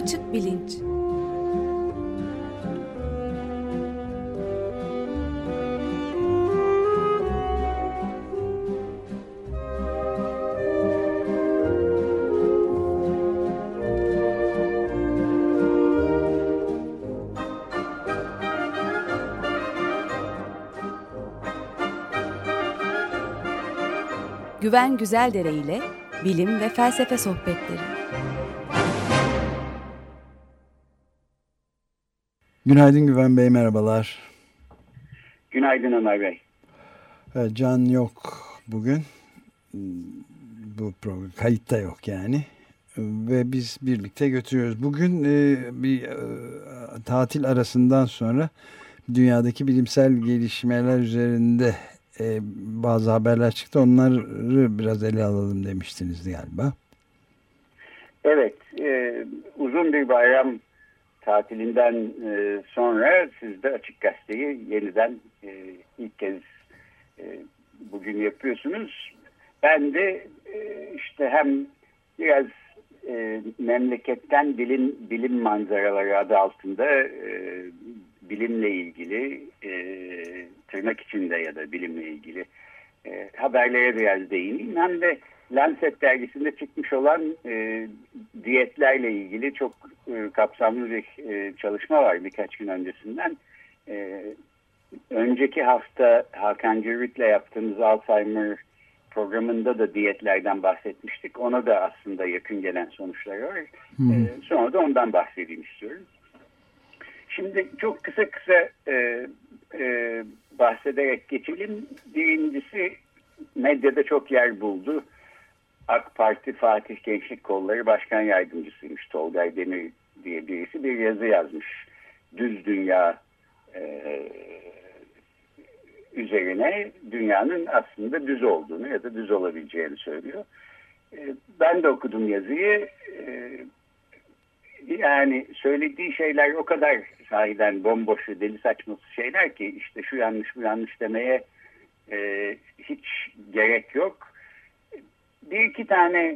Açık bilinç. Güven Güzeldere ile bilim ve felsefe sohbetleri. Günaydın Güven Bey, merhabalar. Günaydın Ömer Bey. Can yok bugün. Bu program kayıtta yok yani. Ve biz birlikte götürüyoruz. Bugün bir tatil arasından sonra dünyadaki bilimsel gelişmeler üzerinde bazı haberler çıktı. Onları biraz ele alalım demiştiniz galiba. Evet, uzun bir bayram tatilinden sonra siz de Açık Gazete'yi yeniden ilk kez bugün yapıyorsunuz. Ben de işte hem biraz memleketten bilim manzaraları adı altında bilimle ilgili tırnak içinde ya da bilimle ilgili haberlere biraz değineyim. Hem de Lancet dergisinde çıkmış olan diyetlerle ilgili çok kapsamlı bir çalışma var birkaç gün öncesinden. Önceki hafta Hakan Cürvit'le yaptığımız Alzheimer programında da diyetlerden bahsetmiştik. Ona da aslında yakın gelen sonuçlar var. Sonra da ondan bahsedeyim istiyorum. Şimdi çok kısa bahsederek geçelim. Birincisi medyada çok yer buldu. AK Parti Fatih Gençlik Kolları Başkan Yardımcısıymış Tolgay Demir diye birisi bir yazı yazmış. Düz dünya üzerine dünyanın aslında düz olduğunu ya da düz olabileceğini söylüyor. Ben de okudum yazıyı. Yani söylediği şeyler o kadar sahiden bomboş ve deli saçması şeyler ki işte şu yanlış bu yanlış demeye hiç gerek yok. Bir iki tane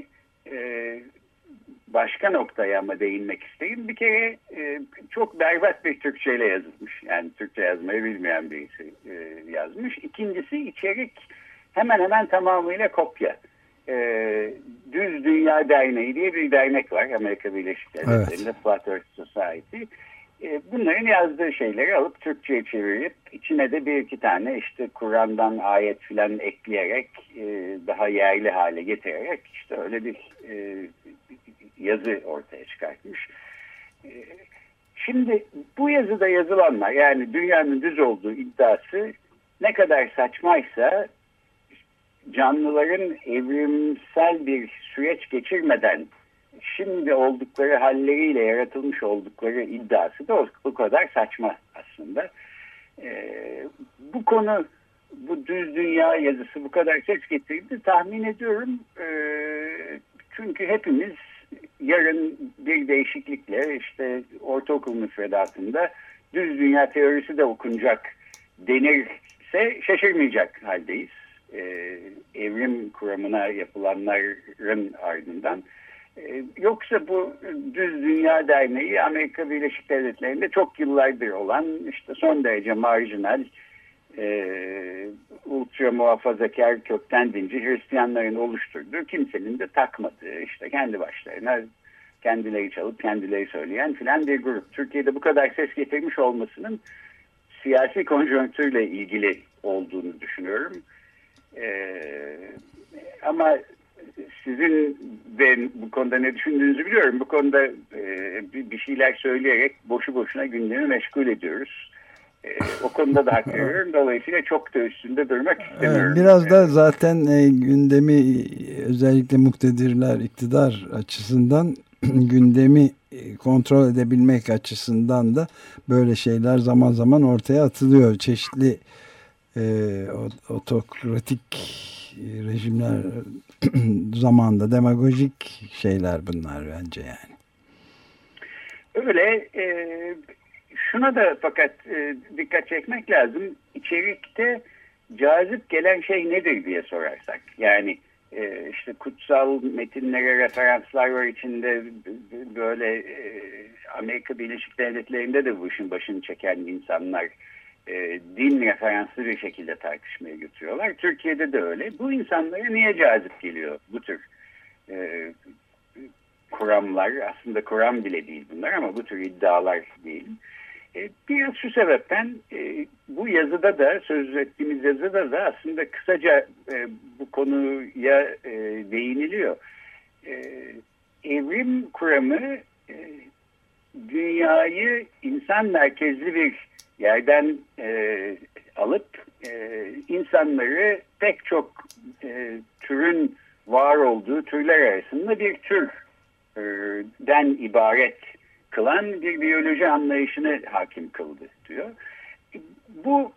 başka noktaya ama değinmek isterim. Bir kere çok berbat bir Türkçeyle yazılmış. Yani Türkçe yazmayı bilmeyen birisi yazmış. İkincisi içerik hemen hemen tamamıyla kopya. Düz Dünya Derneği diye bir dernek var Amerika Birleşik Devletleri'nde, evet. Flat Earth Society. Bunların yazdığı şeyleri alıp Türkçe'ye çevirip içine de bir iki tane işte Kur'an'dan ayet filan ekleyerek daha yerli hale getirerek işte öyle bir yazı ortaya çıkartmış. Şimdi bu yazıda yazılanlar yani dünyanın düz olduğu iddiası ne kadar saçmaysa canlıların evrimsel bir süreç geçirmeden şimdi oldukları halleriyle yaratılmış oldukları iddiası da o kadar saçma aslında. Bu konu, bu düz dünya yazısı bu kadar ses getirdi tahmin ediyorum. Çünkü hepimiz yarın bir değişiklikle işte ortaokul müfredatında düz dünya teorisi de okunacak denirse şaşırmayacak haldeyiz. Evrim kuramına yapılanların ardından. Yoksa bu Düz Dünya Derneği Amerika Birleşik Devletleri'nde çok yıllardır olan işte son derece marjinal, ultra muhafazakar kökten dinci Hristiyanların oluşturduğu kimsenin de takmadığı işte kendi başlarına kendileri çalıp kendileri söyleyen filan bir grup. Türkiye'de bu kadar ses getirmiş olmasının siyasi konjonktürle ilgili olduğunu düşünüyorum. Ama sizin de bu konuda ne düşündüğünüzü biliyorum. Bu konuda bir şeyler söyleyerek boşu boşuna gündemi meşgul ediyoruz. O konuda da hak veriyorum. Dolayısıyla çok da üstünde durmak istemiyorum. Biraz da zaten gündemi özellikle muktedirler, iktidar açısından gündemi kontrol edebilmek açısından da böyle şeyler zaman zaman ortaya atılıyor. Çeşitli otokratik rejimler zamanında demagojik şeyler bunlar bence yani. Öyle. Şuna da fakat dikkat çekmek lazım. İçerikte cazip gelen şey nedir diye sorarsak. Yani işte kutsal metinlere referanslar var içinde, böyle Amerika Birleşik Devletleri'nde de bu işin başını çeken insanlar din referanslı bir şekilde tartışmaya götürüyorlar. Türkiye'de de öyle. Bu insanlara niye cazip geliyor bu tür kuramlar? Aslında kuram bile değil bunlar ama bu tür iddialar değil. Biraz şu sebepten bu yazıda da, söz ettiğimiz yazıda da aslında kısaca bu konuya değiniliyor. Evrim kuramı dünyayı insan merkezli bir yerden alıp insanları pek çok türün var olduğu türler arasında bir türden ibaret kılan bir biyoloji anlayışını hakim kıldı diyor. Bu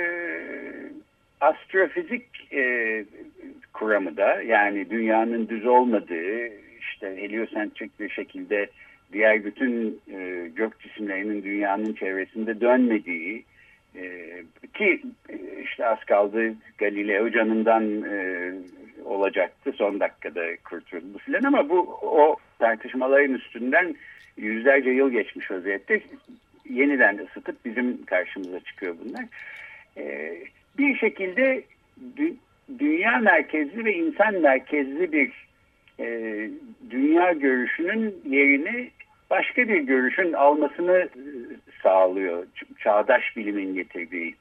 astrofizik kuramı da, yani dünyanın düz olmadığı, işte heliosentrik bir şekilde diğer bütün gök cisimlerinin dünyanın çevresinde dönmediği, ki işte az kaldı Galileo canından olacaktı, son dakikada kurtuldu filan, ama bu o tartışmaların üstünden yüzlerce yıl geçmiş vaziyette, yeniden ısıtıp bizim karşımıza çıkıyor bunlar. Bir şekilde dünya merkezli ve insan merkezli bir dünya görüşünün yerini başka bir görüşün almasını sağlıyor. Çağdaş bilimin getirdiği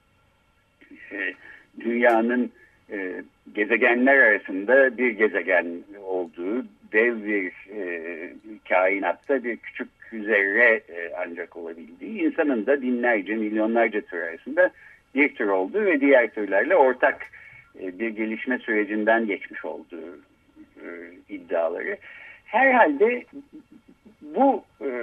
dünyanın gezegenler arasında bir gezegen olduğu, dev bir kainatta bir küçük zerre ancak olabildiği, insanın da binlerce, milyonlarca tür arasında bir tür olduğu ve diğer türlerle ortak bir gelişme sürecinden geçmiş olduğu iddiaları. Herhalde bu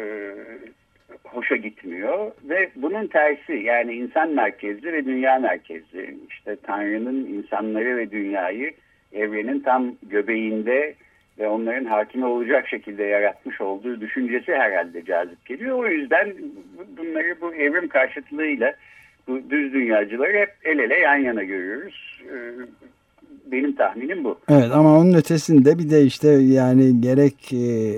hoşa gitmiyor ve bunun tersi, yani insan merkezli ve dünya merkezli, işte Tanrı'nın insanları ve dünyayı evrenin tam göbeğinde ve onların hakim olacak şekilde yaratmış olduğu düşüncesi herhalde cazip geliyor. O yüzden bunları bu evrim karşıtlığıyla bu düz dünyacıları hep el ele yan yana görüyoruz. Benim tahminim bu. Evet, ama onun ötesinde bir de işte yani gerek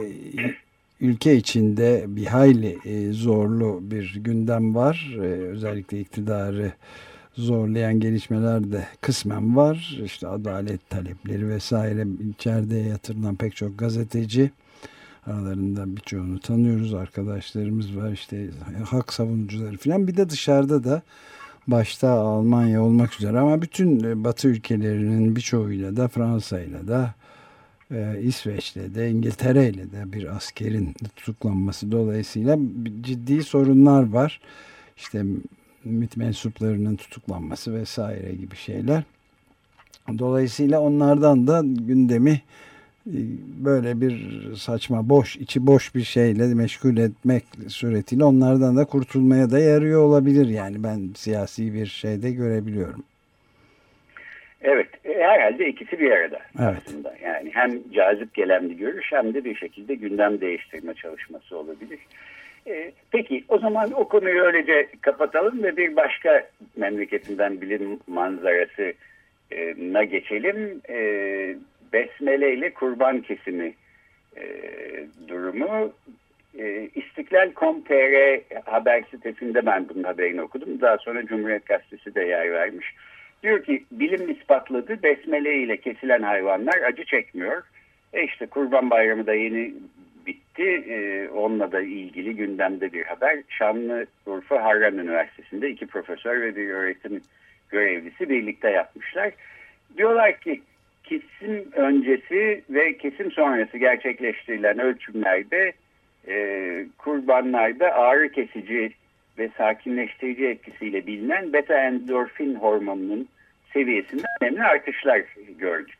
ülke içinde bir hayli zorlu bir gündem var. Özellikle iktidarı zorlayan gelişmeler de kısmen var. İşte adalet talepleri vesaire, içeride yatırılan pek çok gazeteci, aralarında birçoğunu tanıyoruz, arkadaşlarımız var, işte hak savunucuları falan. Bir de dışarıda da, başta Almanya olmak üzere ama bütün Batı ülkelerinin birçoğuyla da, Fransa'yla da, İsveç'le de, İngiltere'yle de bir askerin tutuklanması dolayısıyla ciddi sorunlar var. İşte MİT mensuplarının tutuklanması vesaire gibi şeyler. Dolayısıyla onlardan da gündemi böyle bir saçma, içi boş bir şeyle meşgul etmek suretiyle onlardan da kurtulmaya da yarıyor olabilir. Yani ben siyasi bir şey de görebiliyorum. Evet, herhalde ikisi bir arada. Evet. Aslında. Yani hem cazip gelen bir görüş hem de bir şekilde gündem değiştirme çalışması olabilir. Peki, o zaman o konuyu öylece kapatalım ve bir başka memleketinden bilim manzarasına geçelim. Besmele ile kurban kesimi durumu. İstiklal.com.tr haber sitesinde ben bunun haberini okudum. Daha sonra Cumhuriyet Gazetesi de yer vermiş. Diyor ki bilim ispatladı, besmele ile kesilen hayvanlar acı çekmiyor. İşte Kurban Bayramı da yeni bitti. Onunla da ilgili gündemde bir haber. Şanlıurfa Harran Üniversitesi'nde 2 profesör ve bir öğretim görevlisi birlikte yapmışlar. Diyorlar ki kesim öncesi ve kesim sonrası gerçekleştirilen ölçümlerde kurbanlarda ağrı kesici ve sakinleştirici etkisiyle bilinen beta endorfin hormonunun seviyesinde önemli artışlar gördük.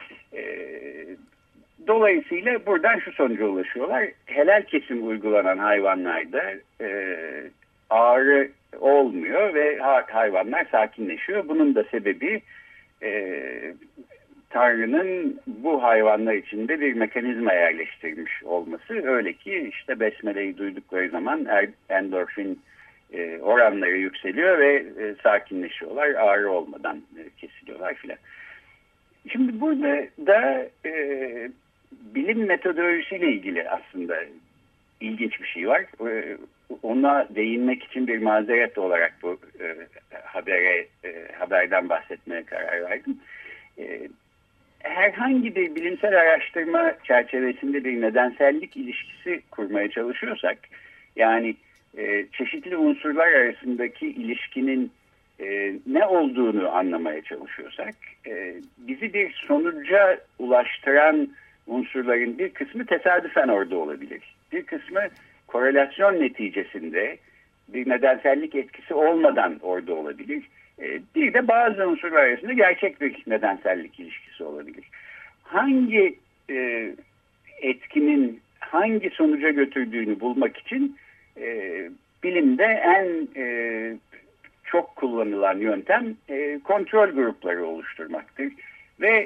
Dolayısıyla buradan şu sonuca ulaşıyorlar. Helal kesim uygulanan hayvanlarda ağrı olmuyor ve hayvanlar sakinleşiyor. Bunun da sebebi Tanrı'nın bu hayvanlar içinde bir mekanizma yerleştirmiş olması. Öyle ki işte besmeleyi duydukları zaman endorfin oranları yükseliyor ve sakinleşiyorlar. Ağrı olmadan kesiliyorlar filan. Şimdi burada da bilim metodolojisiyle ilgili aslında ilginç bir şey var. Ona değinmek için bir mazeret olarak bu haberden bahsetmeye karar verdim. Herhangi bir bilimsel araştırma çerçevesinde bir nedensellik ilişkisi kurmaya çalışıyorsak, yani çeşitli unsurlar arasındaki ilişkinin ne olduğunu anlamaya çalışıyorsak, bizi bir sonuca ulaştıran unsurların bir kısmı tesadüfen orada olabilir. Bir kısmı korelasyon neticesinde bir nedensellik etkisi olmadan orada olabilir. Bir de bazı unsurlar arasında gerçek bir nedensellik ilişkisi olabilir. Hangi etkinin hangi sonuca götürdüğünü bulmak için bilimde en çok kullanılan yöntem kontrol grupları oluşturmaktır. Ve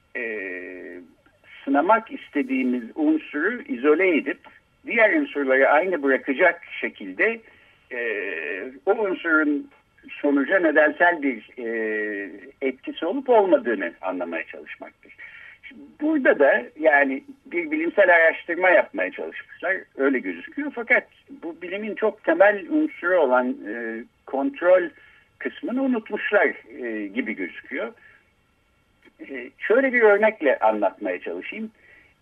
sınamak istediğimiz unsuru izole edip diğer unsurları aynı bırakacak şekilde o unsurun sonuca nedensel bir etkisi olup olmadığını anlamaya çalışmaktır. Şimdi burada da yani bir bilimsel araştırma yapmaya çalışmışlar. Öyle gözüküyor. Fakat bu bilimin çok temel unsuru olan kontrol kısmını unutmuşlar gibi gözüküyor. Şöyle bir örnekle anlatmaya çalışayım.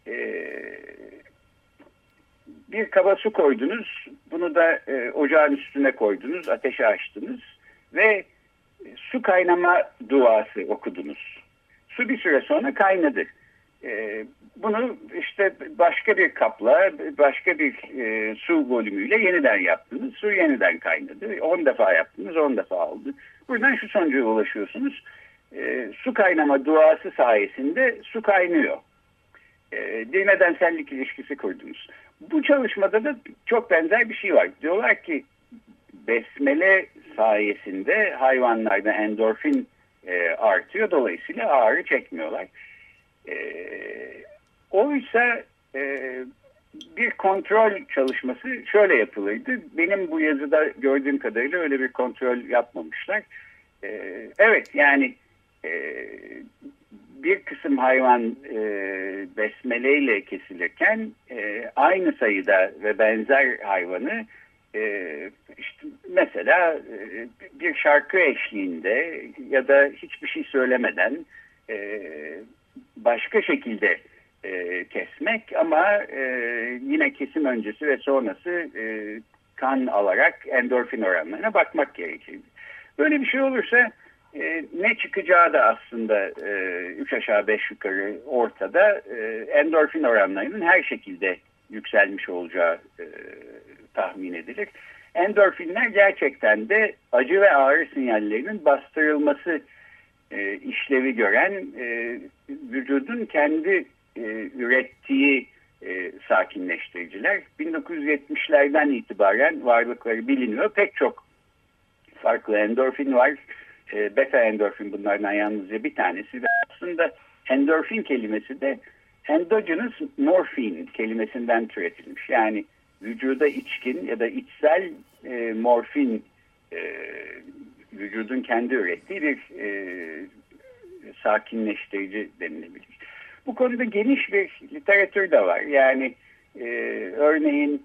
Bir kaba su koydunuz. Bunu da ocağın üstüne koydunuz. Ateşe açtınız. Ve su kaynama duası okudunuz. Su bir süre sonra kaynadı. Bunu işte başka bir kapla, başka bir su volümüyle yeniden yaptınız. Su yeniden kaynadı. 10 defa yaptınız, 10 defa oldu. Buradan şu sonuca ulaşıyorsunuz. Su kaynama duası sayesinde su kaynıyor. Bir nedensellik ilişkisi kurdunuz. Bu çalışmada da çok benzer bir şey var. Diyorlar ki besmele sayesinde hayvanlarda endorfin artıyor. Dolayısıyla ağrı çekmiyorlar. Oysa bir kontrol çalışması şöyle yapılırdı. Benim bu yazıda gördüğüm kadarıyla öyle bir kontrol yapmamışlar. Evet, yani bir kısım hayvan besmeleyle kesilirken aynı sayıda ve benzer hayvanı işte mesela bir şarkı eşliğinde ya da hiçbir şey söylemeden başka şekilde kesmek ama yine kesim öncesi ve sonrası kan alarak endorfin oranlarına bakmak gerekir. Böyle bir şey olursa ne çıkacağı da aslında 3 aşağı 5 yukarı ortada, endorfin oranlarının her şekilde yükselmiş olacağı tahmin edilir. Endorfinler gerçekten de acı ve ağrı sinyallerinin bastırılması işlevi gören vücudun kendi ürettiği sakinleştiriciler. 1970'lerden itibaren varlıkları biliniyor. Pek çok farklı endorfin var. Beta endorfin bunlardan yalnızca bir tanesi ve aslında endorfin kelimesi de endogenous morfin kelimesinden türetilmiş. Yani vücuda içkin ya da içsel morfin vücudun kendi ürettiği bir sakinleştirici denilebilir. Bu konuda geniş bir literatür de var. Yani örneğin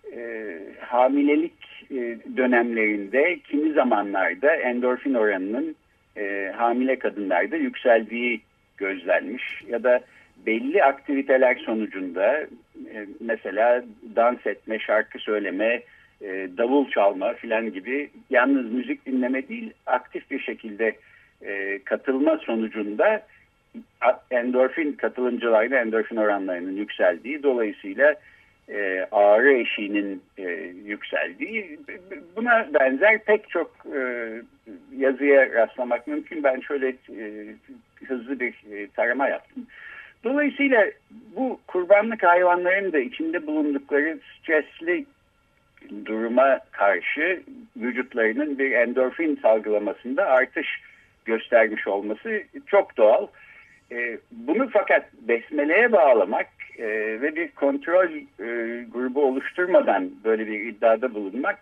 hamilelik dönemlerinde kimi zamanlarda endorfin oranının hamile kadınlarda yükseldiği gözlenmiş ya da belli aktiviteler sonucunda mesela dans etme, şarkı söyleme, davul çalma filan gibi yalnız müzik dinleme değil aktif bir şekilde katılma sonucunda endorfin katılımcılarda endorfin oranlarının yükseldiği, dolayısıyla ağrı eşiğinin yükseldiği, buna benzer pek çok yazıya rastlamak mümkün. Ben şöyle hızlı bir tarama yaptım. Dolayısıyla bu kurbanlık hayvanların da içinde bulundukları stresli duruma karşı vücutlarının bir endorfin salgılamasında artış göstermiş olması çok doğal. Bunu fakat besmeleye bağlamak ve bir kontrol grubu oluşturmadan böyle bir iddiada bulunmak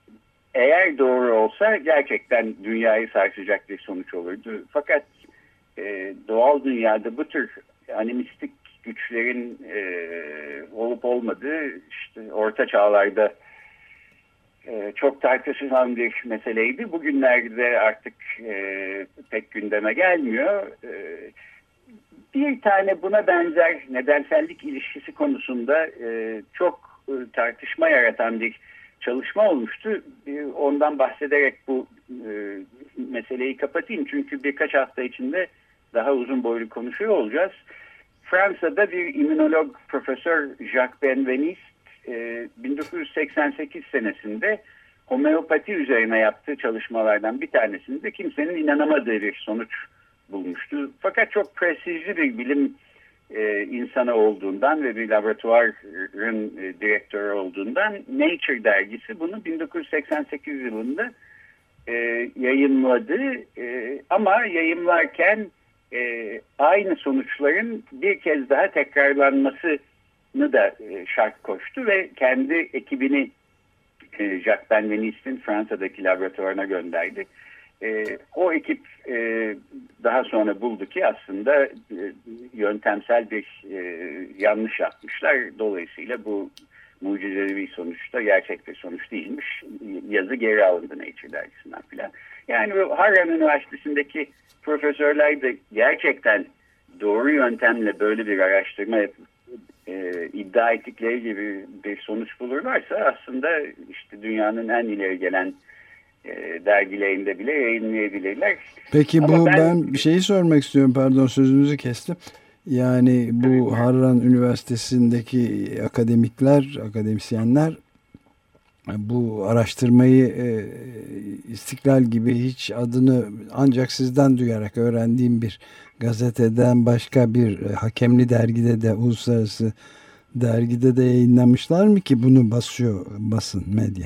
eğer doğru olsa gerçekten dünyayı sarsacak bir sonuç olurdu. Fakat doğal dünyada bu tür animistik güçlerin olup olmadığı işte orta çağlarda çok tartışılan bir meseleydi. Bugünlerde artık pek gündeme gelmiyor. Bir tane buna benzer nedensellik ilişkisi konusunda çok tartışma yaratan bir çalışma olmuştu. Ondan bahsederek bu meseleyi kapatayım. Çünkü birkaç hafta içinde daha uzun boylu konuşuyor olacağız. Fransa'da bir immünolog Profesör Jacques Benveniste 1988 senesinde homeopati üzerine yaptığı çalışmalardan bir tanesinde kimsenin inanamadığı bir sonuç bulmuştu. Fakat çok prestijli bir bilim insanı olduğundan ve bir laboratuvarın direktörü olduğundan Nature dergisi bunu 1988 yılında yayınladı. Ama yayımlarken aynı sonuçların bir kez daha tekrarlanmasını da şart koştu ve kendi ekibini Jacques Benveniste'in Fransa'daki laboratuvarına gönderdi. O ekip daha sonra buldu ki aslında yöntemsel bir yanlış yapmışlar. Dolayısıyla bu mucizevi bir sonuçta gerçek bir sonuç değilmiş. Yazı geri alındı Nature dergisinden filan. Yani Harran Üniversitesi'ndeki profesörler de gerçekten doğru yöntemle böyle bir araştırma iddia ettikleri gibi bir sonuç bulurlarsa aslında işte dünyanın en ileri gelen dergilerinde bile yayınlayabilirler. Peki ben bir şeyi sormak istiyorum. Pardon, sözünüzü kestim. Yani bu Harran Üniversitesi'ndeki akademisyenler bu araştırmayı İstiklal gibi hiç adını ancak sizden duyarak öğrendiğim bir gazeteden başka bir hakemli dergide de uluslararası dergide de yayınlamışlar mı ki bunu basın medya?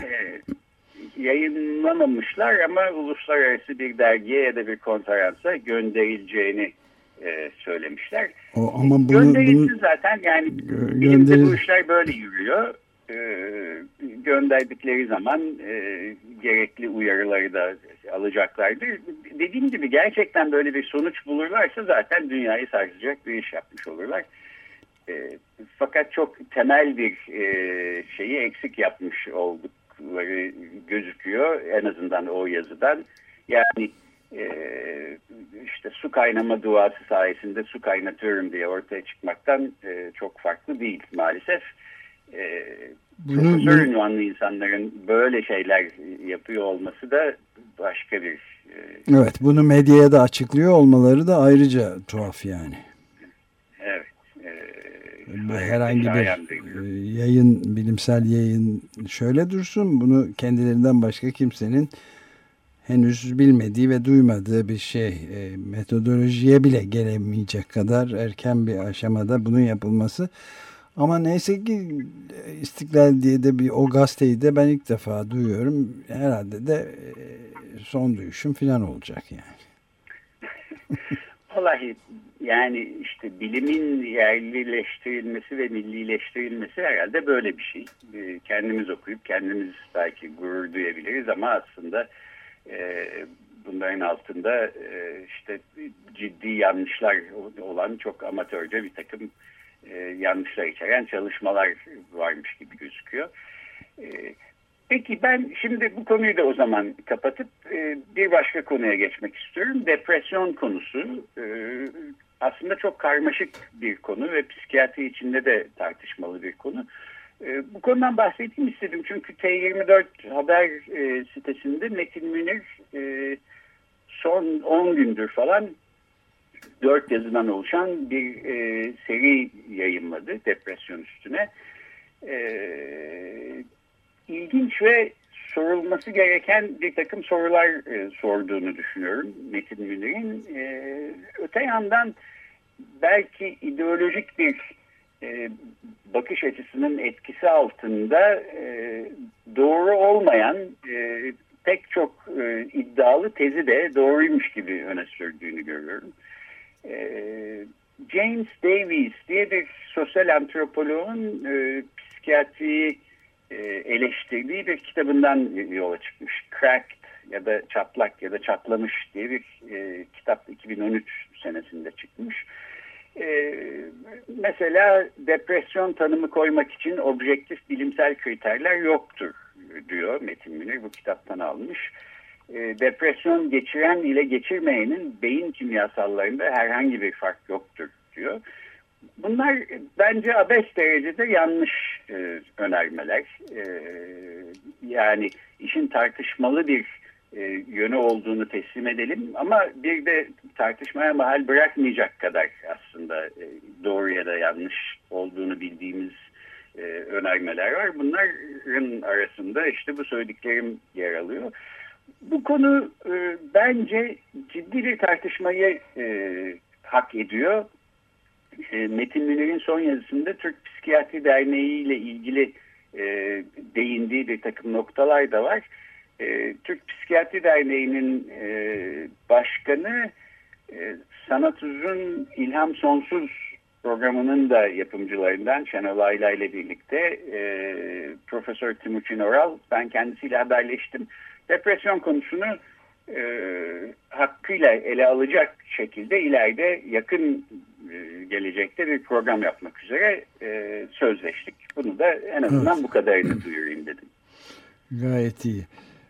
Yayınlamamışlar ama uluslararası bir dergiye ya da bir konferansa gönderileceğini söylemişler. Ama gönderilsin zaten yani bilimde bu işler böyle yürüyor. Gönderdikleri zaman gerekli uyarıları da alacaklardır. Dediğim gibi gerçekten böyle bir sonuç bulurlarsa zaten dünyayı sarsacak bir iş yapmış olurlar. Fakat çok temel bir şeyi eksik yapmış oldukları gözüküyor en azından o yazıdan. Yani işte su kaynama duası sayesinde su kaynatıyorum diye ortaya çıkmaktan çok farklı değil maalesef. Profesör ünvanlı insanların böyle şeyler yapıyor olması da başka bir... Evet, bunu medyaya da açıklıyor olmaları da ayrıca tuhaf yani. Evet. Herhangi bir bilimsel yayın şöyle dursun, bunu kendilerinden başka kimsenin henüz bilmediği ve duymadığı bir metodolojiye bile gelemeyecek kadar erken bir aşamada bunun yapılması. Ama neyse ki İstiklal diye de o gazeteyi de ben ilk defa duyuyorum. Herhalde de son duyuşum falan olacak yani. Vallahi yani işte bilimin yerlileştirilmesi ve millileştirilmesi herhalde böyle bir şey. Kendimiz okuyup kendimiz belki gurur duyabiliriz ama aslında bunların altında işte ciddi yanlışlar olan çok amatörce bir takım yanlışlar içeren çalışmalar varmış gibi gözüküyor. Peki ben şimdi bu konuyu da o zaman kapatıp bir başka konuya geçmek istiyorum. Depresyon konusu aslında çok karmaşık bir konu ve psikiyatri içinde de tartışmalı bir konu. Bu konudan bahsedeyim istedim çünkü T24 haber sitesinde Metin Münir son 10 gündür falan 4 yazıdan oluşan bir seri yayınladı depresyon üstüne. İlginç ve sorulması gereken bir takım sorular sorduğunu düşünüyorum Metin Münir'in. Öte yandan belki ideolojik bir bakış açısının etkisi altında doğru olmayan pek çok iddialı tezi de doğruymuş gibi öne sürdüğünü görüyorum. James Davies diye bir sosyal antropoloğun psikiyatriyi eleştirdiği bir kitabından yola çıkmış. Cracked ya da Çatlak ya da Çatlamış diye bir kitap 2013 senesinde çıkmış. Mesela depresyon tanımı koymak için objektif bilimsel kriterler yoktur diyor Metin Münir, bu kitaptan almış. Depresyon geçiren ile geçirmeyenin beyin kimyasallarında herhangi bir fark yoktur diyor. Bunlar bence abes derecede yanlış önermeler. Yani işin tartışmalı bir yönü olduğunu teslim edelim ama bir de tartışmaya mahal bırakmayacak kadar aslında doğru ya da yanlış olduğunu bildiğimiz önermeler var. Bunların arasında işte bu söylediklerim yer alıyor. Bu konu bence ciddi bir tartışmayı hak ediyor. Metin Münir'in son yazısında Türk Psikiyatri Derneği ile ilgili değindiği bir takım noktalar da var. Türk Psikiyatri Derneği'nin başkanı Sanat Uzun İlham Sonsuz programının da yapımcılarından Şenol Ayla ile birlikte Profesör Timuçin Oral, ben kendisiyle haberleştim. Depresyon konusunu hakkıyla ele alacak şekilde ileride yakın gelecekte bir program yapmak üzere sözleştik. Bunu da en azından bu kadarını duyurayım dedim. Gayet iyi.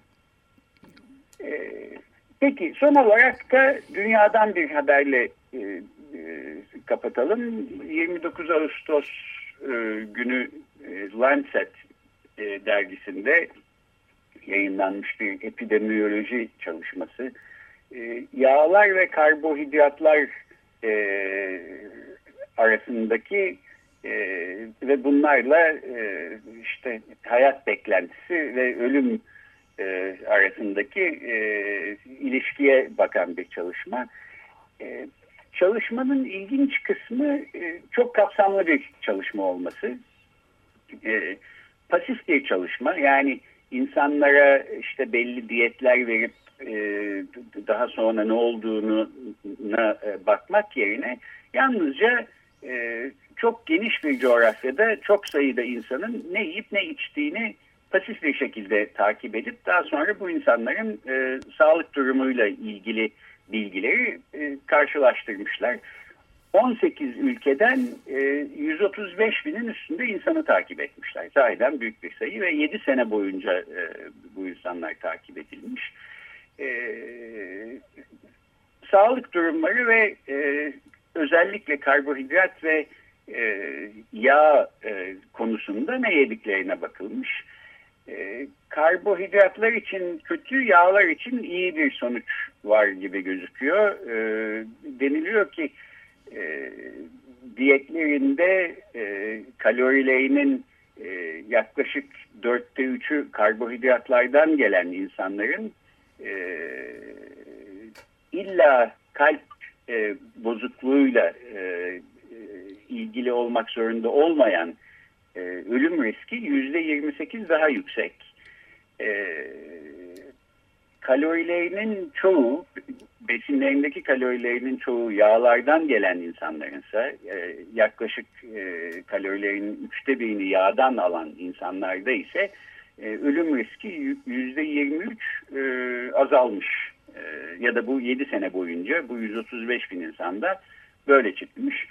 Peki son olarak da dünyadan bir haberle kapatalım. 29 Ağustos günü Lancet dergisinde yayınlanmış bir epidemiyoloji çalışması. Yağlar ve karbonhidratlar arasındaki ve bunlarla işte hayat beklentisi ve ölüm arasındaki ilişkiye bakan bir çalışma. Çalışmanın ilginç kısmı çok kapsamlı bir çalışma olması. Pasif bir çalışma, yani insanlara işte belli diyetler verip daha sonra ne olduğuna bakmak yerine yalnızca çok geniş bir coğrafyada çok sayıda insanın ne yiyip ne içtiğini pasif bir şekilde takip edip daha sonra bu insanların sağlık durumuyla ilgili bilgileri karşılaştırmışlar. 18 ülkeden 135 binin üstünde insanı takip etmişler. Sahiden büyük bir sayı ve 7 sene boyunca bu insanlar takip edilmiş. Sağlık durumları ve özellikle karbonhidrat ve yağ konusunda ne yediklerine bakılmış. Karbohidratlar için kötü, yağlar için iyi bir sonuç var gibi gözüküyor. Deniliyor ki diyetlerinde kalorilerinin yaklaşık 3/4'ü karbonhidratlardan gelen insanların illa kalp bozukluğuyla ilgili olmak zorunda olmayan ölüm riski %28 daha yüksek. Kalorilerinin çoğu, besinlerindeki kalorilerinin çoğu yağlardan gelen insanlarınsa yaklaşık kalorilerinin 1/3'ünü yağdan alan insanlarda ise ölüm riski %23 azalmış. Ya da bu 7 sene boyunca bu 135 bin insanda böyle çıkmış.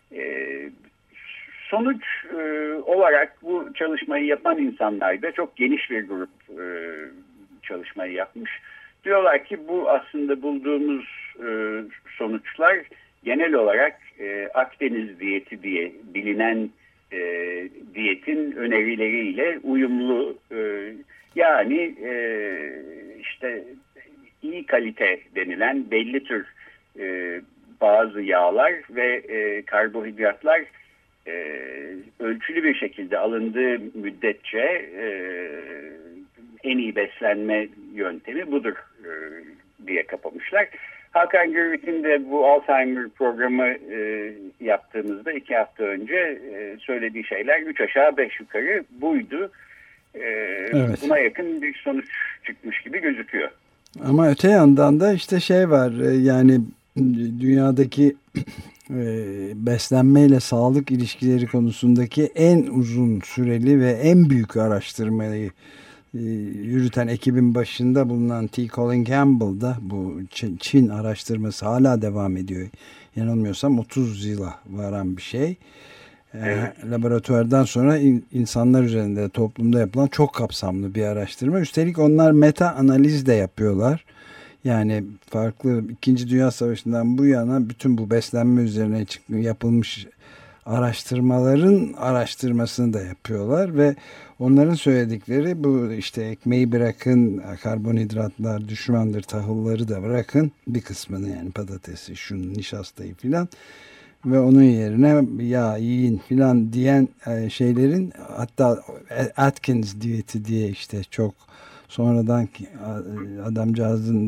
Sonuç olarak bu çalışmayı yapan insanlar da çok geniş bir grup çalışmayı yapmış. Diyorlar ki bu aslında bulduğumuz sonuçlar genel olarak Akdeniz diyeti diye bilinen diyetin önerileriyle uyumlu. Yani işte iyi kalite denilen belli tür bazı yağlar ve karbonhidratlar ölçülü bir şekilde alındığı müddetçe en iyi beslenme yöntemi budur diye kapamışlar. Hakan Gürvit'in de bu Alzheimer programı yaptığımızda 2 hafta önce söylediği şeyler 3 aşağı 5 yukarı buydu. Evet. Buna yakın bir sonuç çıkmış gibi gözüküyor. Ama öte yandan da işte şey var, yani dünyadaki beslenmeyle sağlık ilişkileri konusundaki en uzun süreli ve en büyük araştırmayı yürüten ekibin başında bulunan T. Colin Campbell da bu Çin araştırması hala devam ediyor. Yanılmıyorsam 30 yıla varan bir şey. Evet. Laboratuvardan sonra insanlar üzerinde, toplumda yapılan çok kapsamlı bir araştırma. Üstelik onlar meta analiz de yapıyorlar. Yani farklı 2. Dünya Savaşı'ndan bu yana bütün bu beslenme üzerine yapılmış araştırmaların araştırmasını da yapıyorlar ve onların söyledikleri bu işte ekmeği bırakın, karbonhidratlar düşmandır, tahılları da bırakın, bir kısmını yani patatesi, şunu, nişastayı filan ve onun yerine yağ yiyin filan diyen şeylerin, hatta Atkins diyeti diye işte çok sonradan adamcağızın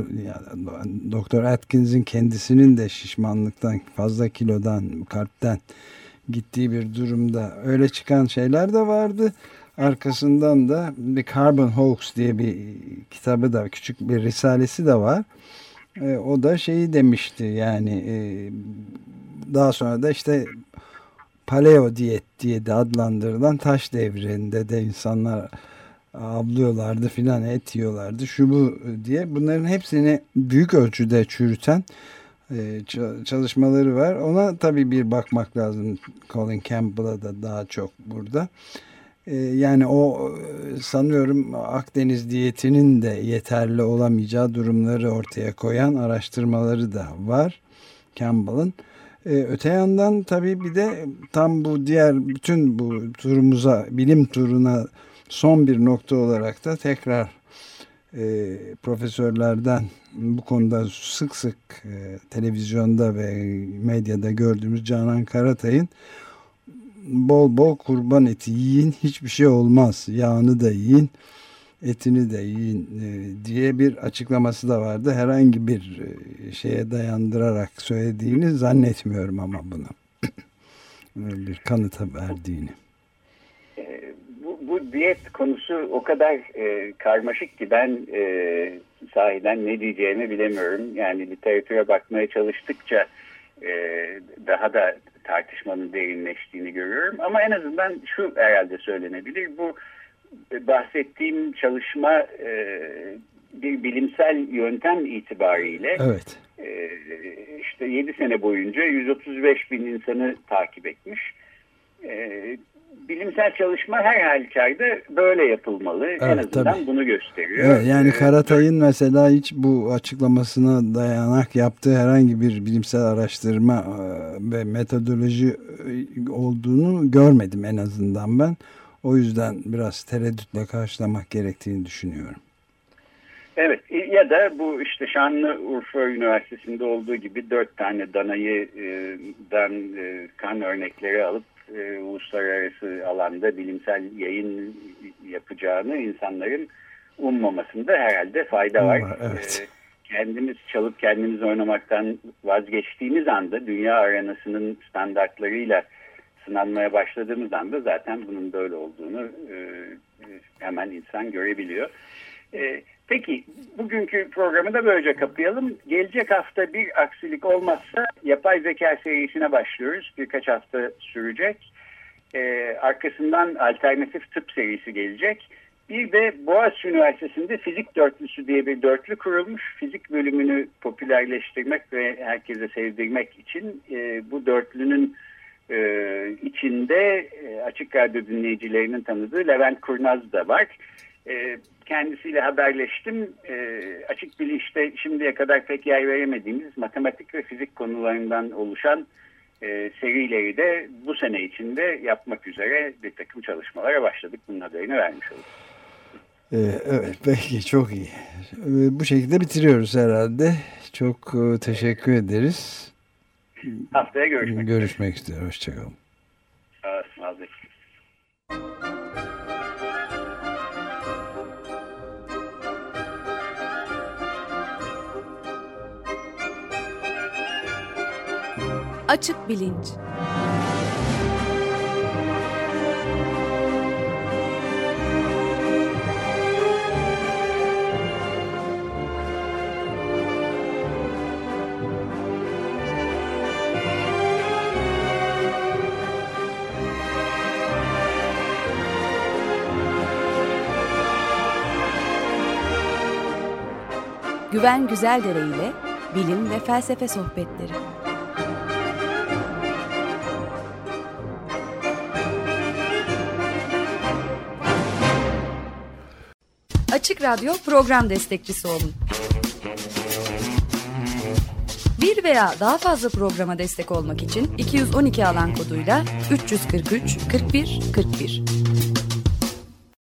Doktor Atkins'in kendisinin de şişmanlıktan, fazla kilodan, kalpten gittiği bir durumda öyle çıkan şeyler de vardı. Arkasından da bir Carbon Hoax diye bir kitabı da, küçük bir risalesi de var. O da şeyi demişti yani daha sonra da işte paleo diyet diye de adlandırılan taş devrinde de insanlar avlıyorlardı filan, et yiyorlardı şu bu diye, bunların hepsini büyük ölçüde çürüten çalışmaları var. Ona tabii bir bakmak lazım. Colin Campbell'a da daha çok burada. Yani o sanıyorum Akdeniz diyetinin de yeterli olamayacağı durumları ortaya koyan araştırmaları da var Campbell'ın. Öte yandan tabii bir de tam bu diğer bütün bu turumuza, bilim turuna son bir nokta olarak da tekrar profesörlerden bu konuda sık sık televizyonda ve medyada gördüğümüz Canan Karatay'ın bol bol kurban eti yiyin, hiçbir şey olmaz, yağını da yiyin, etini de yiyin diye bir açıklaması da vardı. Herhangi bir şeye dayandırarak söylediğini zannetmiyorum ama bunu bir kanıta verdiğini. Bu diyet konusu o kadar karmaşık ki ben sahiden ne diyeceğimi bilemiyorum. Yani literatüre bakmaya çalıştıkça daha da tartışmanın derinleştiğini görüyorum. Ama en azından şu herhalde söylenebilir. Bu bahsettiğim çalışma bir bilimsel yöntem itibariyle evet. İşte 7 sene boyunca 135 bin insanı takip etmiş. Bilimsel çalışma her halükarda böyle yapılmalı. Evet, en azından tabii. Bunu gösteriyor. Evet, yani Karatay'ın mesela hiç bu açıklamasına dayanak yaptığı herhangi bir bilimsel araştırma ve metodoloji olduğunu görmedim en azından ben. O yüzden biraz tereddütle karşılamak gerektiğini düşünüyorum. Evet, ya da bu işte Şanlıurfa Üniversitesi'nde olduğu gibi 4 tane danayıdan kan örnekleri alıp uluslararası alanda bilimsel yayın yapacağını insanların ummamasında herhalde fayda var. Evet. Kendimiz çalıp kendimiz oynamaktan vazgeçtiğimiz anda, dünya arenasının standartlarıyla sınanmaya başladığımız anda zaten bunun böyle olduğunu hemen insan görebiliyor. Peki bugünkü programı da böylece kapayalım. Gelecek hafta bir aksilik olmazsa yapay zeka serisine başlıyoruz. Birkaç hafta sürecek. Arkasından alternatif tıp serisi gelecek. Bir de Boğaziçi Üniversitesi'nde fizik dörtlüsü diye bir dörtlü kurulmuş. Fizik bölümünü popülerleştirmek ve herkese sevdirmek için bu dörtlünün içinde Açık Radyo dinleyicilerinin tanıdığı Levent Kurnaz da var. Kendisiyle haberleştim. Açık Biliş'te şimdiye kadar pek yer veremediğimiz matematik ve fizik konularından oluşan serileri de bu sene içinde yapmak üzere bir takım çalışmalara başladık. Bunun haberini vermiş olduk. Evet, peki, çok iyi. Bu şekilde bitiriyoruz herhalde. Çok teşekkür ederiz. Haftaya görüşmek üzere. Hoşçakalın. Sağ olun. Açık Bilinç. Güven Güzeldere ile bilim ve felsefe sohbetleri. Açık Radyo program destekçisi olun. Bir veya daha fazla programa destek olmak için 212 alan koduyla 343 41 41